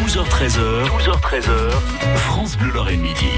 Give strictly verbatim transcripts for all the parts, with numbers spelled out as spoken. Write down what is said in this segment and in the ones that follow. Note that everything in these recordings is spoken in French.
douze heures treize, douze heures treize, France Bleu Lorraine midi.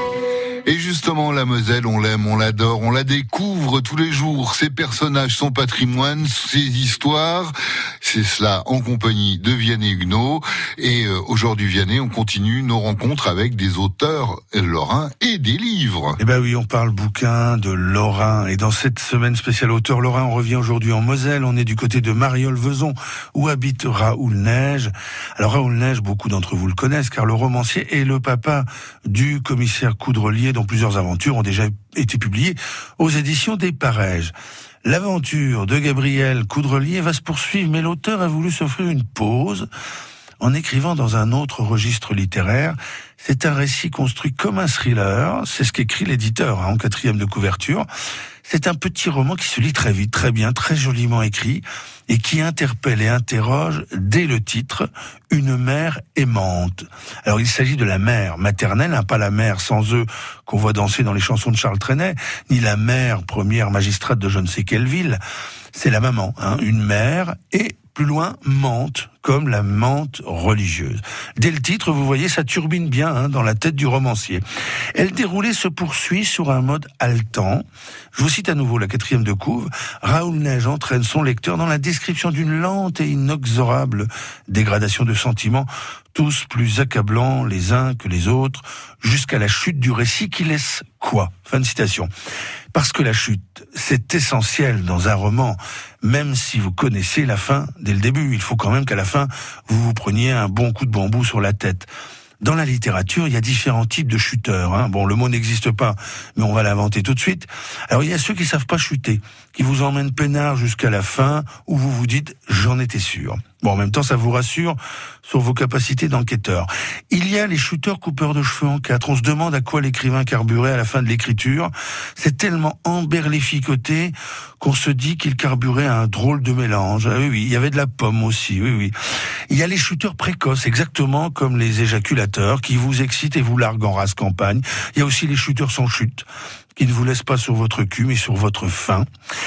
Et justement, la Moselle, on l'aime, on l'adore, on la découvre tous les jours. Ses personnages, son patrimoine, ses histoires, c'est cela en compagnie de Vianney Huguenot. Et euh, aujourd'hui, Vianney, on continue nos rencontres avec des auteurs lorrains et des livres. Eh ben oui, on parle bouquin de Lorrain. Et dans cette semaine spéciale auteur lorrain, on revient aujourd'hui en Moselle. On est du côté de Mariol-Vezon, où habite Raoul Neige. Alors Raoul Neige, beaucoup d'entre vous le connaissent, car le romancier est le papa du commissaire Coudrelier, dont plusieurs aventures ont déjà été publiées aux éditions des Parèges. L'aventure de Gabriel Coudrelier va se poursuivre, mais l'auteur a voulu s'offrir une pause en écrivant dans un autre registre littéraire. C'est un récit construit comme un thriller, c'est ce qu'écrit l'éditeur hein, en quatrième de couverture. C'est un petit roman qui se lit très vite, très bien, très joliment écrit, et qui interpelle et interroge dès le titre « Une mère aimante ». Alors il s'agit de la mère maternelle, hein, pas la mère sans eux qu'on voit danser dans les chansons de Charles Trenet, ni la mère première magistrate de je ne sais quelle ville. C'est la maman, hein, une mère, et plus loin, mante, comme la mante religieuse. Dès le titre, vous voyez, ça turbine bien hein, dans la tête du romancier. Et le déroulé se poursuit sur un mode haletant. Je vous cite à nouveau la quatrième de couve. Raoul Neige entraîne son lecteur dans la description d'une lente et inexorable dégradation de sentiments, tous plus accablants les uns que les autres, jusqu'à la chute du récit qui laisse quoi ? Fin de citation. Parce que la chute, c'est essentiel dans un roman, même si vous connaissez la fin dès le début. Il faut quand même qu'à la fin, vous vous preniez un bon coup de bambou sur la tête. Dans la littérature, il y a différents types de chuteurs. Hein. Bon, le mot n'existe pas, mais on va l'inventer tout de suite. Alors, il y a ceux qui savent pas chuter, qui vous emmènent peinard jusqu'à la fin, où vous vous dites « j'en étais sûr ». Bon, en même temps, ça vous rassure sur vos capacités d'enquêteur. Il y a les shooters coupeurs de cheveux en quatre. On se demande à quoi l'écrivain carburait à la fin de l'écriture. C'est tellement emberlificoté qu'on se dit qu'il carburait à un drôle de mélange. Ah oui, oui, il y avait de la pomme aussi, oui, oui. Il y a les shooters précoces, exactement comme les éjaculateurs, qui vous excitent et vous larguent en race campagne. Il y a aussi les shooters sans chute, qui ne vous laissent pas sur votre cul, mais sur votre faim.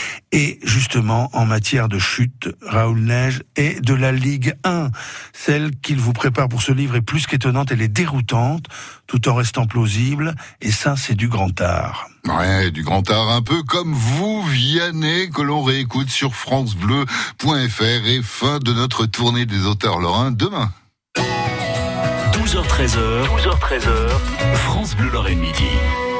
Et justement, en matière de chute, Raoul Neige est de la Ligue un. Celle qu'il vous prépare pour ce livre est plus qu'étonnante, elle est déroutante, tout en restant plausible, et ça, c'est du grand art. Ouais, du grand art, un peu comme vous, Vianney, que l'on réécoute sur francebleu point f r, et fin de notre tournée des auteurs lorrains demain. douze heures treize, douze heures treize, France Bleu Lorraine midi.